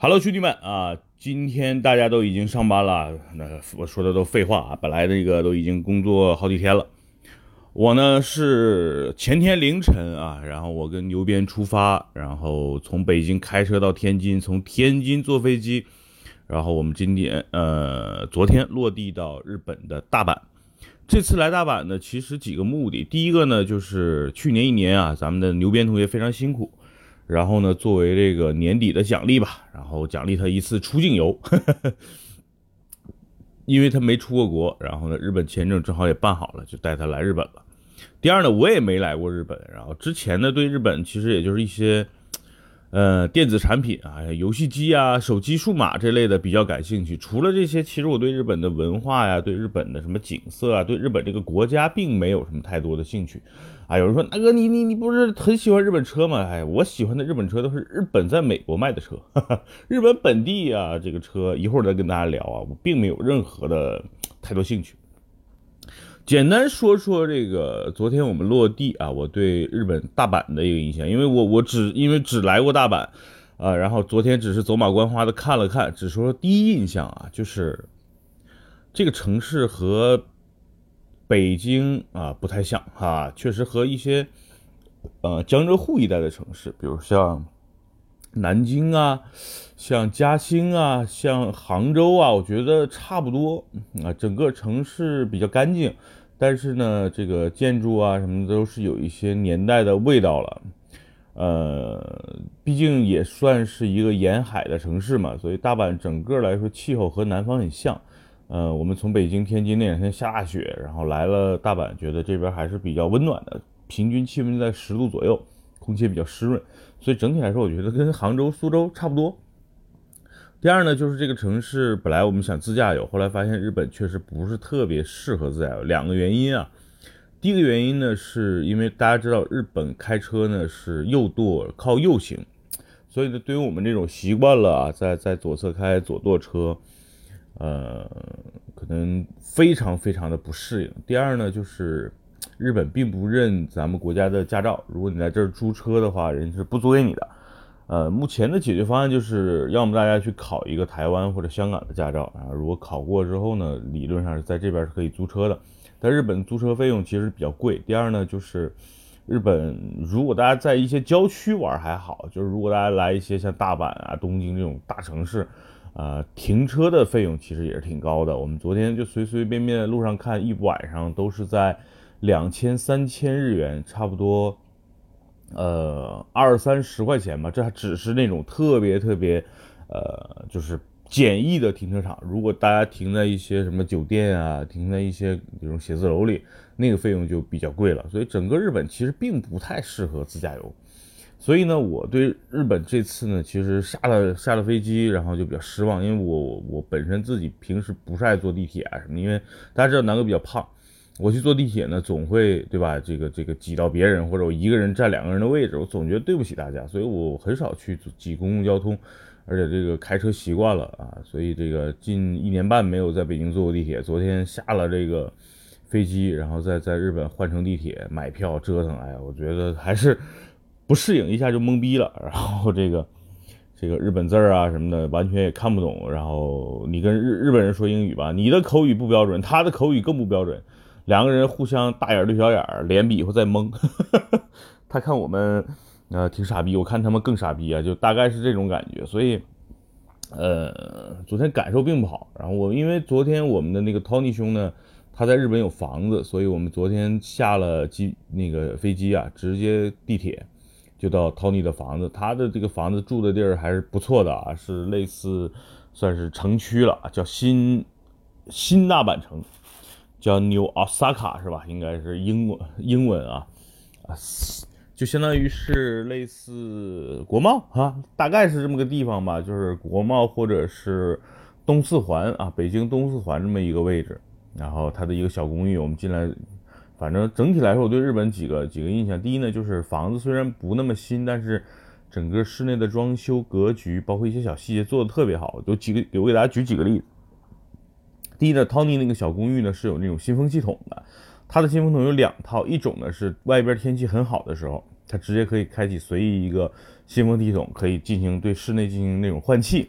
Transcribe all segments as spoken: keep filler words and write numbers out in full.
Hello，兄弟们啊，今天大家都已经上班了，那我说的都废话啊，本来这个都已经工作好几天了。我呢是前天凌晨啊，然后我跟牛鞭出发，然后从北京开车到天津，从天津坐飞机，然后我们今天呃昨天落地到日本的大阪。这次来大阪呢，其实几个目的，第一个呢就是去年一年啊，咱们的牛鞭同学非常辛苦。然后呢，作为这个年底的奖励吧，然后奖励他一次出境游，呵呵，因为他没出过国，然后呢，日本签证正好也办好了，就带他来日本了。第二呢，我也没来过日本，然后之前呢，对日本其实也就是一些呃电子产品啊、游戏机啊、手机数码这类的比较感兴趣。除了这些，其实我对日本的文化呀、对日本的什么景色啊、对日本这个国家并没有什么太多的兴趣。啊，有人说大哥，你你你不是很喜欢日本车吗？哎，我喜欢的日本车都是日本在美国卖的车，哈哈，日本本地啊这个车一会儿再跟大家聊啊，我并没有任何的太多兴趣。简单说说这个昨天我们落地啊，我对日本大阪的一个印象，因为我我只因为只来过大阪，啊，然后昨天只是走马观花的看了看，只说第一印象啊，就是这个城市和北京啊不太像哈，确实和一些呃江浙沪一带的城市，比如像南京啊，像嘉兴啊，像杭州啊，我觉得差不多啊。整个城市比较干净，但是呢，这个建筑啊什么的都是有一些年代的味道了。呃，毕竟也算是一个沿海的城市嘛，所以大阪整个来说气候和南方很像。呃，我们从北京、天津那两天下大雪，然后来了大阪，觉得这边还是比较温暖的，平均气温在十度左右，空气也比较湿润，所以整体来说，我觉得跟杭州、苏州差不多。第二呢，就是这个城市本来我们想自驾游，后来发现日本确实不是特别适合自驾游，两个原因啊。第一个原因呢，是因为大家知道日本开车呢是右舵靠右行，所以呢，对于我们这种习惯了啊，在在左侧开左舵车，呃，可能非常非常的不适应。第二呢，就是日本并不认咱们国家的驾照，如果你在这儿租车的话，人是不租给你的。呃，目前的解决方案就是要么大家去考一个台湾或者香港的驾照啊，如果考过之后呢，理论上是在这边是可以租车的。但日本租车费用其实比较贵。第二呢，就是日本如果大家在一些郊区玩还好，就是如果大家来一些像大阪啊、东京这种大城市，呃，停车的费用其实也是挺高的。我们昨天就随随便便路上看，一晚上都是在两千、三千日元，差不多。呃，二三十块钱吧，这还只是那种特别特别，呃，就是简易的停车场。如果大家停在一些什么酒店啊，停在一些这种写字楼里，那个费用就比较贵了。所以整个日本其实并不太适合自驾游。所以呢，我对日本这次呢，其实下了下了飞机，然后就比较失望，因为我我本身自己平时不是爱坐地铁啊什么，因为大家知道南哥比较胖。我去坐地铁呢，总会对吧？这个这个挤到别人，或者我一个人占两个人的位置，我总觉得对不起大家，所以我很少去挤公共交通，而且这个开车习惯了啊，所以这个近一年半没有在北京坐过地铁。昨天下了这个飞机，然后再在日本换乘地铁买票折腾，哎呀，我觉得还是不适应，一下就懵逼了。然后这个这个日本字儿啊什么的完全也看不懂，然后你跟日日本人说英语吧，你的口语不标准，他的口语更不标准。两个人互相大眼对小眼，脸比划在懵，他看我们呃挺傻逼，我看他们更傻逼啊，就大概是这种感觉。所以呃昨天感受并不好。然后我因为昨天我们的那个 Tony 兄呢，他在日本有房子，所以我们昨天下了机那个飞机啊，直接地铁就到 Tony 的房子。他的这个房子住的地儿还是不错的啊，是类似算是城区了，叫新新大阪城。叫 New Osaka 是吧？应该是英文英文啊啊，就相当于是类似国贸啊，大概是这么个地方吧，就是国贸或者是东四环啊，北京东四环这么一个位置。然后它的一个小公寓，我们进来，反正整体来说，我对日本几个几个印象，第一呢，就是房子虽然不那么新，但是整个室内的装修格局，包括一些小细节做的特别好。有几个，我给大家举几个例子。第一呢，Tony 那个小公寓呢是有那种新风系统的，它的新风系统有两套，一种呢是外边天气很好的时候，它直接可以开启随意一个新风系统，可以进行对室内进行那种换气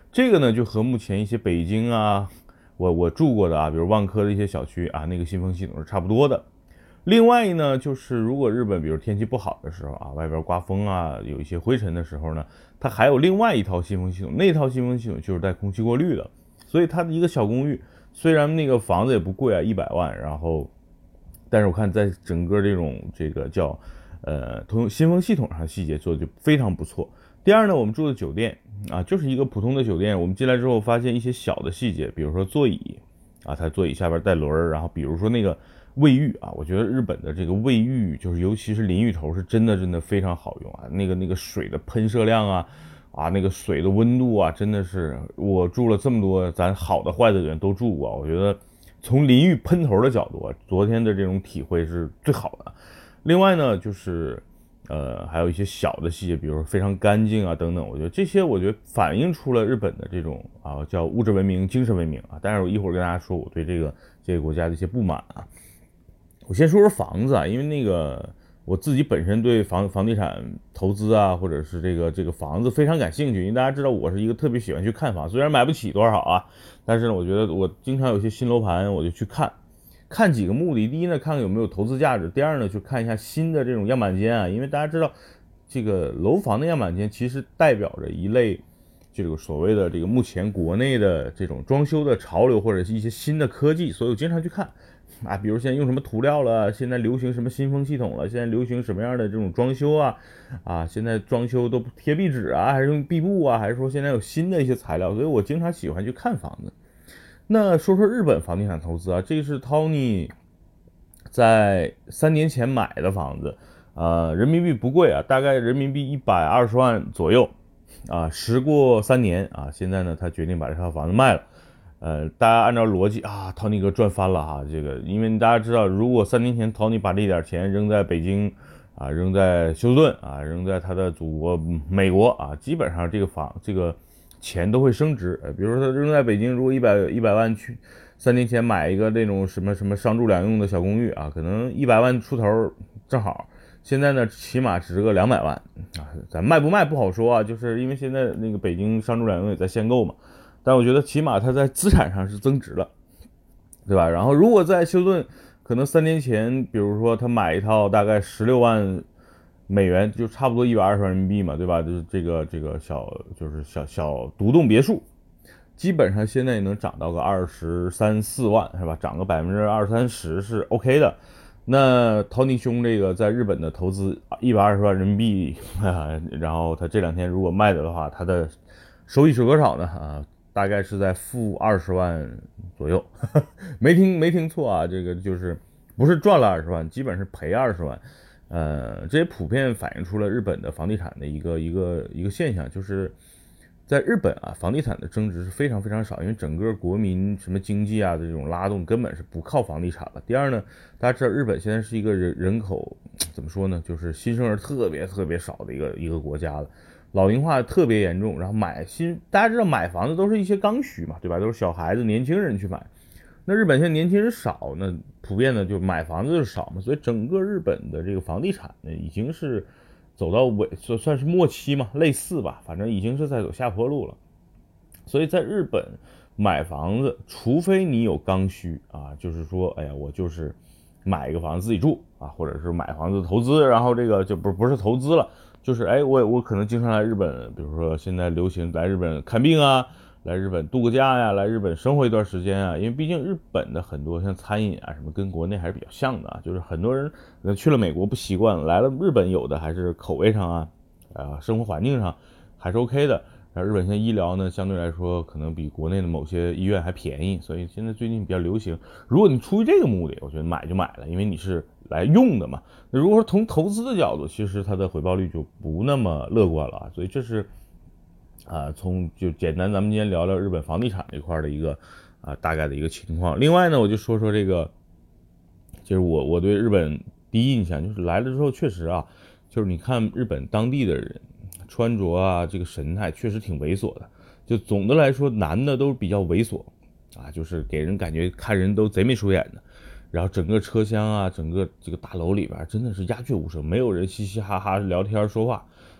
这个呢就和目前一些北京啊，我我住过的啊，比如万科的一些小区啊，那个新风系统是差不多的。另外呢，就是如果日本比如天气不好的时候啊，外边刮风啊，有一些灰尘的时候呢，它还有另外一套新风系统，那套新风系统就是带空气过滤的。所以它的一个小公寓，虽然那个房子也不贵啊，一百万，然后，但是我看在整个这种这个叫呃通新风系统上细节做的就非常不错。第二呢，我们住的酒店啊，就是一个普通的酒店，我们进来之后发现一些小的细节，比如说座椅啊，它座椅下边带轮儿，然后比如说那个卫浴啊，我觉得日本的这个卫浴就是尤其是淋浴头是真的真的非常好用啊，那个那个水的喷射量啊。啊，那个水的温度啊，真的是我住了这么多，咱好的坏的人都住过。我觉得从淋浴喷头的角度啊，昨天的这种体会是最好的。另外呢，就是呃，还有一些小的细节，比如说非常干净啊等等。我觉得这些，我觉得反映出了日本的这种啊叫物质文明、精神文明啊。但是我一会儿跟大家说我对这个这个国家的一些不满啊。我先说说房子啊，因为那个。我自己本身对房房地产投资啊，或者是这个这个房子非常感兴趣，因为大家知道我是一个特别喜欢去看房，虽然买不起多少啊，但是呢，我觉得我经常有些新楼盘我就去看，看几个目的，第一呢，看看有没有投资价值，第二呢，去看一下新的这种样板间啊，因为大家知道这个楼房的样板间其实代表着一类这个所谓的这个目前国内的这种装修的潮流或者是一些新的科技，所以我经常去看。啊，比如现在用什么涂料了，现在流行什么新风系统了，现在流行什么样的这种装修啊，啊，现在装修都贴壁纸啊，还是用壁布啊，还是说现在有新的一些材料，所以我经常喜欢去看房子。那说说日本房地产投资啊，这是 Tony 在三年前买的房子，呃，人民币不贵啊，大概人民币一百二十万左右，啊，时过三年啊，现在呢，他决定把这套房子卖了。呃，大家按照逻辑啊，Tony 哥赚翻了哈，这个，因为大家知道，如果三年前 Tony 把这点钱扔在北京啊，扔在休斯顿啊，扔在他的祖国美国啊，基本上这个房这个钱都会升值。呃，比如说他扔在北京，如果一百一百万去三年前买一个那种什么什么商住两用的小公寓啊，可能一百万出头正好。现在呢，起码值个两百万啊，咱卖不卖不好说啊，就是因为现在那个北京商住两用也在限购嘛。但我觉得起码它在资产上是增值了，对吧？然后如果在休斯顿，可能三年前，比如说他买一套大概十六万美元，就差不多一百二十万人民币嘛，对吧？就是这个这个小就是小小独栋别墅，基本上现在也能涨到个二十三四万，是吧？涨个百分之二三十是 OK 的。那 Tony 兄这个在日本的投资一百二十万人民币，啊，然后他这两天如果卖的话，他的收益是多少呢？啊？大概是在负二十万左右，呵呵，没听没听错啊，这个就是不是赚了二十万，基本是赔二十万，呃，这也普遍反映出了日本的房地产的一个一个一个现象，就是在日本啊，房地产的增值是非常非常少，因为整个国民什么经济啊的这种拉动根本是不靠房地产了。第二呢，大家知道日本现在是一个人人口怎么说呢，就是新生儿特别特别少的一个一个国家了。老龄化特别严重，然后买新，大家知道买房子都是一些刚需嘛，对吧？都是小孩子、年轻人去买。那日本现在年轻人少，那普遍的就买房子就少嘛，所以整个日本的这个房地产呢，已经是走到尾，算算是末期嘛，类似吧，反正已经是在走下坡路了。所以在日本买房子，除非你有刚需啊，就是说，哎呀，我就是买一个房子自己住啊，或者是买房子投资，然后这个就不不是投资了。就是哎，我我可能经常来日本，比如说现在流行来日本看病啊，来日本度个假呀，来日本生活一段时间啊，因为毕竟日本的很多像餐饮啊什么跟国内还是比较像的啊，就是很多人去了美国不习惯，来了日本有的还是口味上啊，啊生活环境上还是 OK 的。然后日本现在医疗呢，相对来说可能比国内的某些医院还便宜，所以现在最近比较流行。如果你出于这个目的，我觉得买就买了，因为你是来用的嘛。那如果说从投资的角度，其实它的回报率就不那么乐观了啊。所以这是啊，从就简单咱们今天聊聊日本房地产这块的一个啊大概的一个情况。另外呢，我就说说这个，就是我我对日本第一印象就是来了之后，确实啊，就是你看日本当地的人。穿着啊，这个神态确实挺猥琐的。就总的来说，男的都比较猥琐啊，就是给人感觉看人都贼眉鼠眼的。然后整个车厢啊，整个这个大楼里边真的是鸦雀无声，没有人嘻嘻哈哈聊天说话。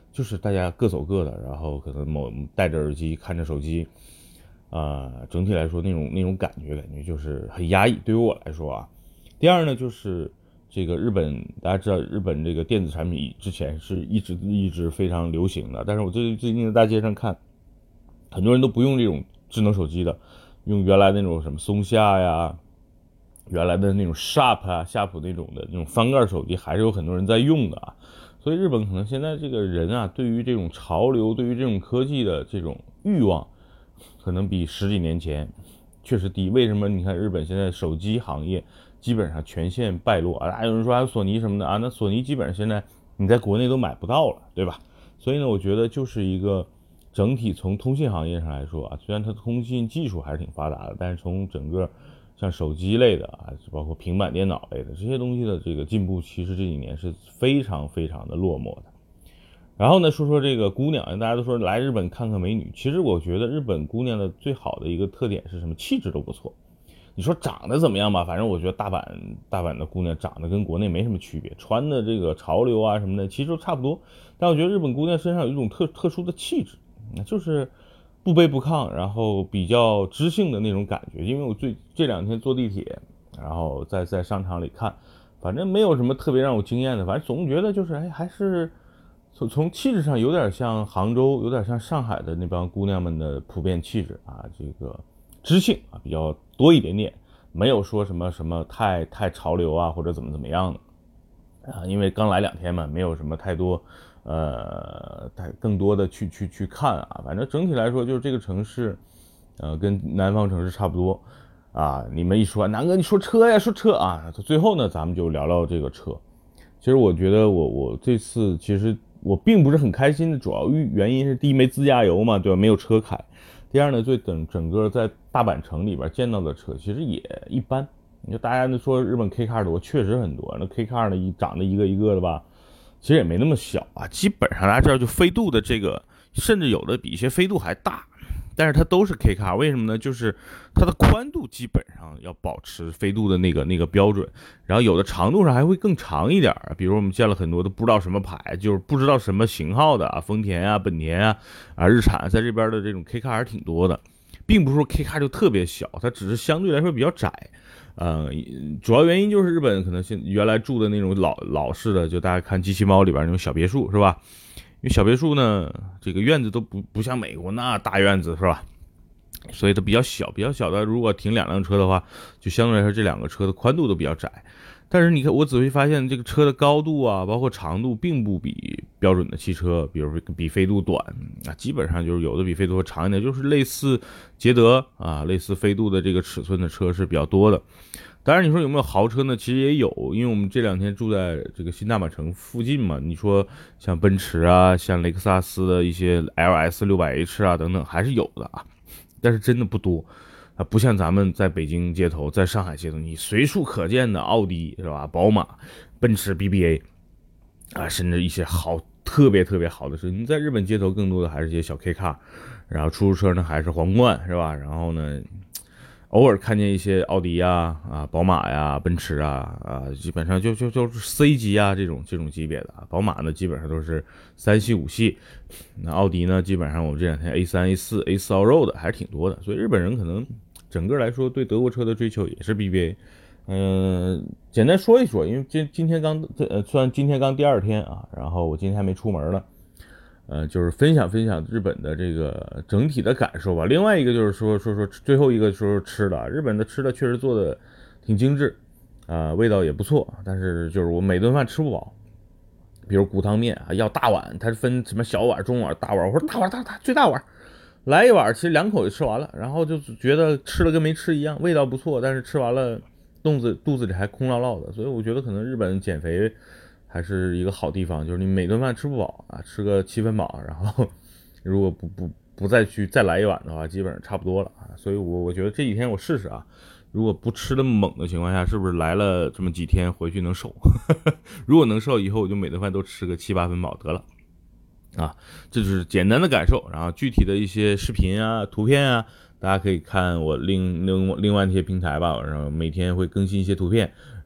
就是大家各走各的，然后可能某戴着耳机看着手机，啊、呃，整体来说那种那种感觉感觉就是很压抑。对于我来说啊，第二呢就是这个日本，大家知道日本这个电子产品之前是一直一直非常流行的，但是我最最近在大街上看，很多人都不用这种智能手机的，用原来那种什么松下呀。原来的那种 Sharp 啊，夏普那种的那种翻盖手机，还是有很多人在用的啊。所以日本可能现在这个人啊，对于这种潮流，对于这种科技的这种欲望，可能比十几年前确实低。为什么？你看日本现在手机行业基本上全线败落啊。有人说还有索尼什么的啊，那索尼基本上现在你在国内都买不到了，对吧？所以呢，我觉得就是一个整体从通信行业上来说啊，虽然它通信技术还是挺发达的，但是从整个像手机类的啊，包括平板电脑类的这些东西的这个进步，其实这几年是非常非常的落寞的。然后呢，说说这个姑娘，大家都说来日本看看美女，其实我觉得日本姑娘的最好的一个特点是什么？气质都不错。你说长得怎么样吧？反正我觉得大阪大阪的姑娘长得跟国内没什么区别，穿的这个潮流啊什么的，其实都差不多。但我觉得日本姑娘身上有一种特特殊的气质，就是不卑不亢，然后比较知性的那种感觉。因为我最这两天坐地铁，然后在在商场里看，反正没有什么特别让我惊艳的，反正总觉得就是哎，还是从从气质上有点像杭州，有点像上海的那帮姑娘们的普遍气质啊，这个知性啊比较多一点点，没有说什么什么太太潮流啊或者怎么怎么样的啊，因为刚来两天嘛，没有什么太多。呃，更多的去去去看啊，反正整体来说就是这个城市，呃，跟南方城市差不多啊。你们一说南哥，你说车呀，说车啊，最后呢，咱们就聊聊这个车。其实我觉得我我这次其实我并不是很开心的，主要原因是第一没自驾游嘛，对吧？没有车开。第二呢，最整整个在大阪城里边见到的车其实也一般。你说大家说日本 K car 多，确实很多，那 K car 呢一长得一个一个的吧。其实也没那么小啊，基本上大家知道，就飞度的这个，甚至有的比一些飞度还大，但是它都是 K car， 为什么呢？就是它的宽度基本上要保持飞度的那个那个标准，然后有的长度上还会更长一点。比如我们见了很多都不知道什么牌，就是不知道什么型号的啊，丰田啊、本田啊、啊日产在这边的这种 K car 还是挺多的，并不是说 K car 就特别小，它只是相对来说比较窄。呃，主要原因就是日本可能现原来住的那种老老式的，就大家看机器猫里边那种小别墅是吧？因为小别墅呢，这个院子都不不像美国那大院子是吧？所以它比较小，比较小的，如果停两辆车的话，就相对来说这两个车的宽度都比较窄。但是你看，我仔细发现这个车的高度啊，包括长度，并不比标准的汽车，比如比飞度短啊，基本上就是有的比飞度长一点，就是类似捷德啊，类似飞度的这个尺寸的车是比较多的。当然，你说有没有豪车呢？其实也有，因为我们这两天住在这个新大阪城附近嘛。你说像奔驰啊，像雷克萨斯的一些 L S 六百 H 啊等等，还是有的啊，但是真的不多。啊，不像咱们在北京街头，在上海街头，你随处可见的奥迪是吧？宝马、奔驰 B B A 啊，甚至一些好特别特别好的车。你在日本街头更多的还是一些小 K car， 然后出租车呢还是皇冠是吧？然后呢，偶尔看见一些奥迪呀、啊、宝马呀、奔驰啊啊，基本上就就就是 C 级啊这种这种级别的。宝马呢基本上都是三系五系，那奥迪呢基本上我们这两天 A 三、A 四、A 四 Allroad 还是挺多的，所以日本人可能。整个来说，对德国车的追求也是 B B A， 嗯、呃，简单说一说，因为今今天刚呃，算今天刚第二天啊，然后我今天还没出门呢，呃，就是分享分享日本的这个整体的感受吧。另外一个就是说说说最后一个说吃的，日本的吃的确实做的挺精致，啊、呃，味道也不错，但是就是我每顿饭吃不饱。比如骨汤面啊，要大碗，它分什么小碗、中碗、大碗，我说大碗大大最大碗。来一碗，其实两口就吃完了，然后就觉得吃了跟没吃一样，味道不错，但是吃完了肚子肚子里还空落落的，所以我觉得可能日本减肥还是一个好地方，就是你每顿饭吃不饱啊，吃个七分饱，然后如果不不不再去再来一碗的话，基本上差不多了啊。所以我我觉得这几天我试试啊，如果不吃那么猛的情况下，是不是来了这么几天回去能瘦？如果能瘦，以后我就每顿饭都吃个七八分饱得了。啊，这就是简单的感受，然后具体的一些视频啊、图片啊，大家可以看我另另另外一些平台吧，然后每天会更新一些图片，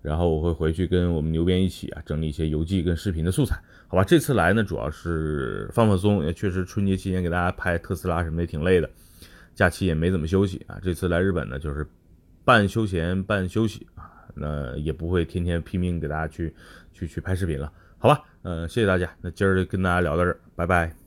然后我会回去跟我们牛编一起啊整理一些游记跟视频的素材，好吧？这次来呢主要是放放松，也确实春节期间给大家拍特斯拉什么的也挺累的，假期也没怎么休息啊。这次来日本呢就是半休闲半休息啊，那也不会天天拼命给大家去去去拍视频了，好吧？嗯、呃，谢谢大家，那今儿就跟大家聊到这儿，拜拜。